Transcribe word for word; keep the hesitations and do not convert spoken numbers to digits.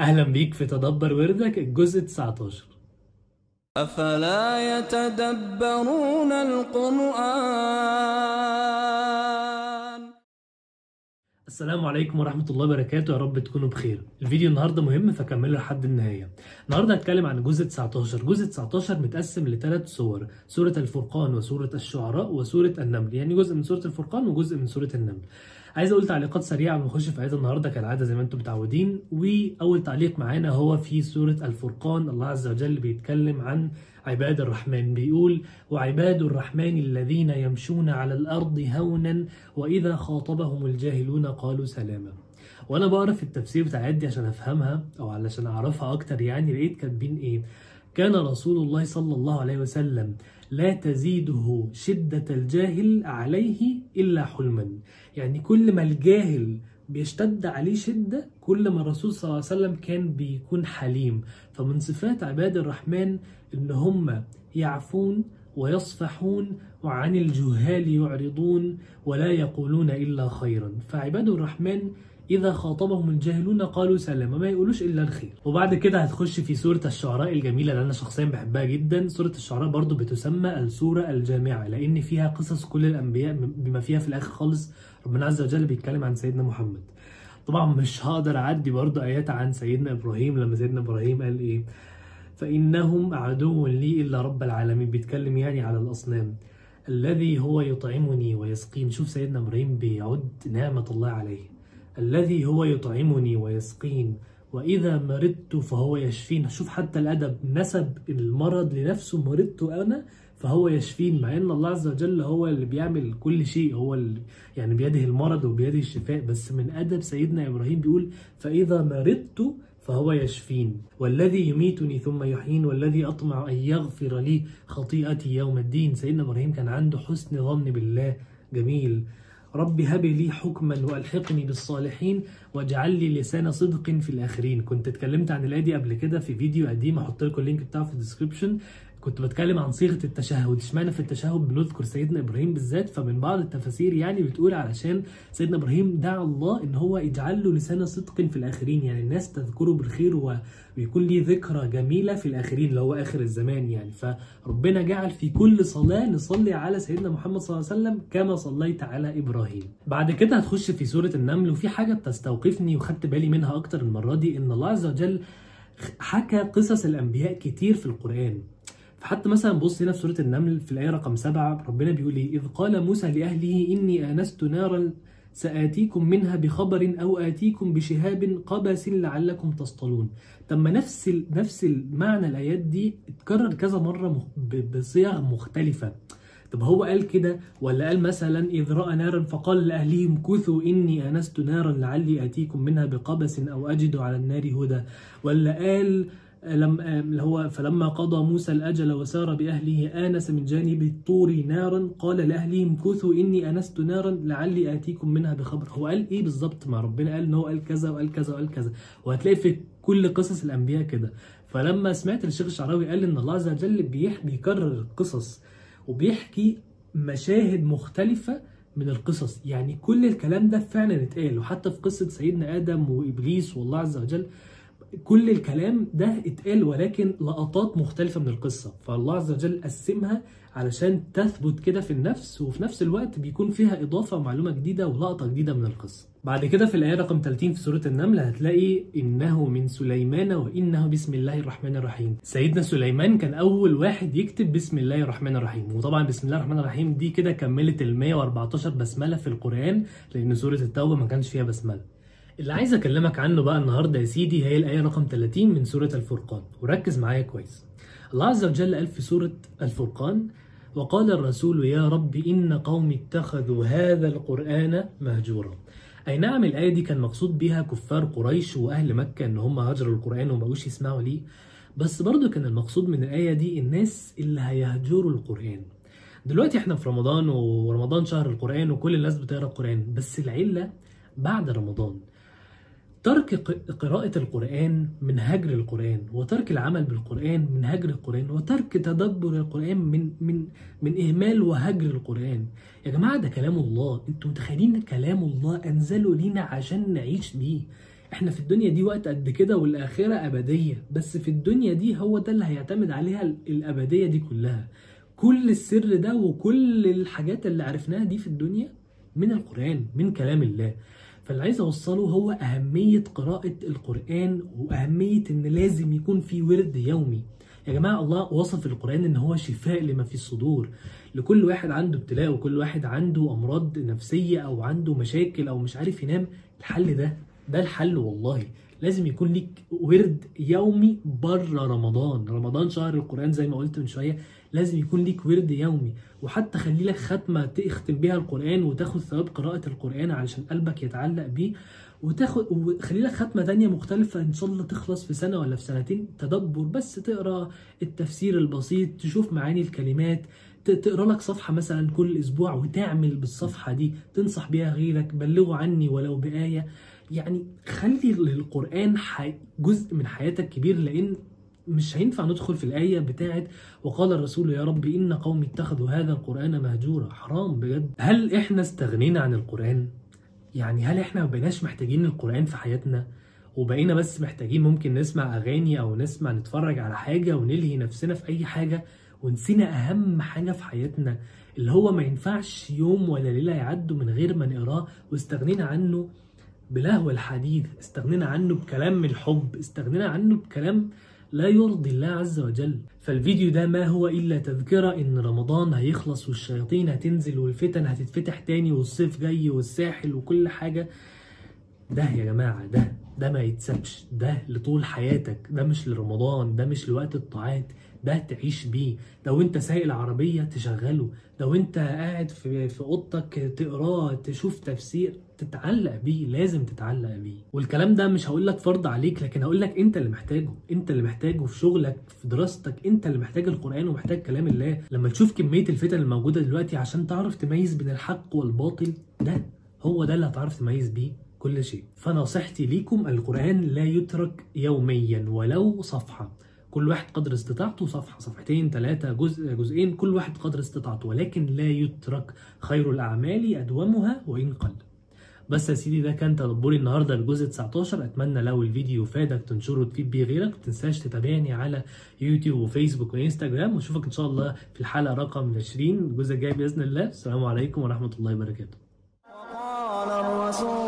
أهلا بيك في تدبر وردك الجزء تسعتاشر. أفلا يتدبرون القرآن. السلام عليكم ورحمة الله وبركاته، يا رب تكونوا بخير. الفيديو النهاردة مهم فكملوا لحد النهاية. النهاردة هتكلم عن جزء تسعتاشر. جزء تسعتاشر متقسم لثلاث سور: سورة الفرقان وسورة الشعراء وسورة النمل، يعني جزء من سورة الفرقان وجزء من سورة النمل. عايز اقول تعليقات سريعه قبل ما نخش في ايات النهارده كالعاده زي ما انتم متعودين. واول تعليق معانا هو في سوره الفرقان، الله عز وجل بيتكلم عن عباد الرحمن، بيقول: وعباد الرحمن الذين يمشون على الارض هونا واذا خاطبهم الجاهلون قالوا سلاما. وانا بقرا في التفسير بتاع دي عشان افهمها او علشان اعرفها اكتر، يعني لقيت كاتبين ايه: كان رسول الله صلى الله عليه وسلم لا تزيده شدة الجاهل عليه إلا حلما. يعني كل ما الجاهل بيشتد عليه شدة كل ما الرسول صلى الله عليه وسلم كان بيكون حليم. فمن صفات عباد الرحمن إن هم يعفون ويصفحون وعن الجهال يعرضون ولا يقولون إلا خيرا. فعباد الرحمن إذا خاطبهم الجاهلون قالوا سلاما، ما يقولوش إلا الخير. وبعد كده هتخش في سورة الشعراء الجميلة اللي أنا شخصيا بحبها جدا. سورة الشعراء برضو بتسمى السورة الجامعة لأن فيها قصص كل الأنبياء، بما فيها في الآخر خالص ربنا عز وجل بيتكلم عن سيدنا محمد. طبعا مش هقدر أعدي برضو آيات عن سيدنا إبراهيم، لما سيدنا إبراهيم قال إيه: فإنهم عدو لي إلا رب العالمين، بيتكلم يعني على الأصنام. الذي هو يطعمني ويسقين، شوف سيدنا إبراهيم بيعد نعمة الله عليه. الذي هو يطعمني ويسقين وإذا مرضت فهو يشفين. شوف حتى الأدب، نسب المرض لنفسه، مرضت أنا فهو يشفين، مع إن الله عز وجل هو اللي بيعمل كل شيء، هو اللي يعني بيده المرض وبيده الشفاء، بس من أدب سيدنا إبراهيم بيقول: فإذا مرضت فهو يشفين، والذي يميتني ثم يحيين، والذي أطمع أن يغفر لي خطيئتي يوم الدين. سيدنا إبراهيم كان عنده حسن ظن بالله جميل. رب هب لي حكما والحقني بالصالحين واجعل لي لسان صدق في الاخرين. كنت اتكلمت عن الايه دي قبل كده في فيديو قديم، هحط لكم اللينك بتاعه في الديسكربشن. كنت بتكلم عن صيغه التشهد، اشمعنى في التشهد بنذكر سيدنا ابراهيم بالذات. فمن بعض التفاسير يعني بتقول علشان سيدنا ابراهيم دعا الله ان هو يجعل له لسان صدق في الاخرين، يعني الناس تذكره بالخير ويكون ليه ذكرى جميله في الاخرين اللي هو اخر الزمان يعني. فربنا جعل في كل صلاه نصلي على سيدنا محمد صلى الله عليه وسلم كما صليت على ابراهيم. بعد كده هتخش في سوره النمل، وفي حاجه بتستوقفني وخدت بالي منها اكتر المره دي، ان الله عز وجل حكى قصص الانبياء كتير في القران. فحتى مثلا بص هنا في سورة النمل في الآية رقم سبعة، ربنا بيقول إيه: إذ قال موسى لأهله إني آنست نارا سآتيكم منها بخبر أو آتيكم بشهاب قبس لعلكم تصطلون. طب ما نفس نفس المعنى الآيات دي اتكرر كذا مرة بصيغ مختلفة. طب هو قال كده ولا قال مثلا إذ رأى نارا فقال لأهلهم كثوا إني آنست نارا لعلي آتيكم منها بقبس أو أجد على النار هدى، ولا قال لما اللي هو فلما قضى موسى الأجل وسار بأهله آنس من جانب الطور نارا قال لأهلهم كثوا إني آنست نارا لعلي آتيكم منها بخبر. هو قال إيه بالظبط؟ مع ربنا قال إن هو قال كذا وقال كذا وقال كذا، وهتلاقي في كل قصص الأنبياء كده. فلما سمعت الشيخ الشعراوي قال إن الله عز وجل بيكرر القصص وبيحكي مشاهد مختلفة من القصص، يعني كل الكلام ده فعلا اتقال. وحتى في قصة سيدنا آدم وإبليس والله عز وجل كل الكلام ده اتقال، ولكن لقطات مختلفة من القصة. فالله عز وجل قسمها علشان تثبت كده في النفس، وفي نفس الوقت بيكون فيها إضافة ومعلومة جديدة ولقطة جديدة من القصة. بعد كده في الآية رقم ثلاثين في سورة النمل هتلاقي إنه من سليمان وإنه بسم الله الرحمن الرحيم. سيدنا سليمان كان أول واحد يكتب بسم الله الرحمن الرحيم. وطبعا بسم الله الرحمن الرحيم دي كده كملت ال مية وأربعتاشر بسملة في القرآن، لأن سورة التوبة ما كانش فيها بسملة. اللي عايز اكلمك عنه بقى النهارده يا سيدي هي الايه رقم ثلاثين من سوره الفرقان، وركز معايا كويس. الله عز وجل قال في سوره الفرقان: وقال الرسول يا رب ان قومي اتخذوا هذا القران مهجورا. اي نعم الايه دي كان مقصود بيها كفار قريش واهل مكه ان هم هجروا القران وما بقوش يسمعوا ليه، بس برضه كان المقصود من الايه دي الناس اللي هيهجروا القران. دلوقتي احنا في رمضان، ورمضان شهر القران وكل الناس بتقرا القران، بس العله بعد رمضان ترك قراءة القرآن من هجر القرآن، وترك العمل بالقرآن من هجر القرآن، وترك تدبر القرآن من من من إهمال وهجر القرآن. يا جماعة ده كلام الله، انتوا متخيلين كلام الله أنزله لينا عشان نعيش بيه. احنا في الدنيا دي وقت قد كده والآخرة أبدية، بس في الدنيا دي هو ده اللي هيعتمد عليها الأبدية دي كلها. كل السر ده وكل الحاجات اللي عرفناها دي في الدنيا من القرآن، من كلام الله. فاللي عايز اوصله هو اهمية قراءة القرآن، واهمية ان لازم يكون في ورد يومي. يا جماعة الله وصف القرآن ان هو شفاء لما في الصدور، لكل واحد عنده ابتلاء وكل واحد عنده امراض نفسية او عنده مشاكل او مش عارف ينام. الحل ده ده الحل والله. لازم يكون ليك ورد يومي بره رمضان. رمضان شهر القرآن زي ما قلت من شوية، لازم يكون ليك ورد يومي. وحتى خلي لك ختمة تختم بيها القرآن وتاخد ثواب قراءة القرآن علشان قلبك يتعلق بيه، وتاخد وخلي لك ختمة تانية مختلفة ان شاء الله تخلص في سنة ولا في سنتين تدبر، بس تقرا التفسير البسيط، تشوف معاني الكلمات، تقرا لك صفحة مثلا كل اسبوع وتعمل بالصفحة دي، تنصح بيها غيرك، بلغوا عني ولو بآية. يعني خلي القرآن جزء من حياتك كبير، لان مش هينفع ندخل في الآية بتاعت وقال الرسول يا رب إن قومي اتخذوا هذا القرآن مهجورا. حرام بجد. هل إحنا استغنينا عن القرآن؟ يعني هل إحنا مبقيناش محتاجين القرآن في حياتنا وبقينا بس محتاجين ممكن نسمع أغاني أو نسمع نتفرج على حاجة ونلهي نفسنا في أي حاجة، ونسينا أهم حاجة في حياتنا اللي هو ما ينفعش يوم ولا ليلة يعدوا من غير ما نقراه، واستغنينا عنه بلهو الحديث، استغنينا عنه بكلام الحب، استغنينا عنه بكلام لا يرضي الله عز وجل. فالفيديو ده ما هو إلا تذكرة إن رمضان هيخلص والشياطين هتنزل والفتن هتتفتح تاني والصيف جاي والساحل وكل حاجة. ده يا جماعة ده ده ما يتسابش، ده لطول حياتك، ده مش لرمضان، ده مش لوقت الطاعات، ده تعيش بيه. ده وانت سايق العربية تشغله، ده وانت قاعد في في اوضتك تقراه، تشوف تفسير، تتعلق بيه، لازم تتعلق بيه. والكلام ده مش هقول لك فرض عليك، لكن هقول لك انت اللي محتاجه، انت اللي محتاجه في شغلك، في دراستك، انت اللي محتاج القرآن ومحتاج كلام الله. لما تشوف كمية الفتن الموجودة دلوقتي عشان تعرف تميز بين الحق والباطل، ده هو ده اللي هتعرف تميز بيه كل شيء. فنصيحتي ليكم القرآن لا يترك يوميا ولو صفحة، كل واحد قدر استطاعته، صفحة صفحتين ثلاثة جزء جزئين، كل واحد قدر استطاعته، ولكن لا يترك. خير الأعمال أدومها وإن قل. بس يا سيدي ده كان تدبري النهارده لجزء تسعتاشر. اتمنى لو الفيديو فادك تنشره وتفيد بيه غيرك. متنساش تتابعني على يوتيوب وفيسبوك وانستجرام، واشوفك ان شاء الله في الحلقة رقم عشرين الجزء الجاي بإذن الله. السلام عليكم ورحمة الله وبركاته.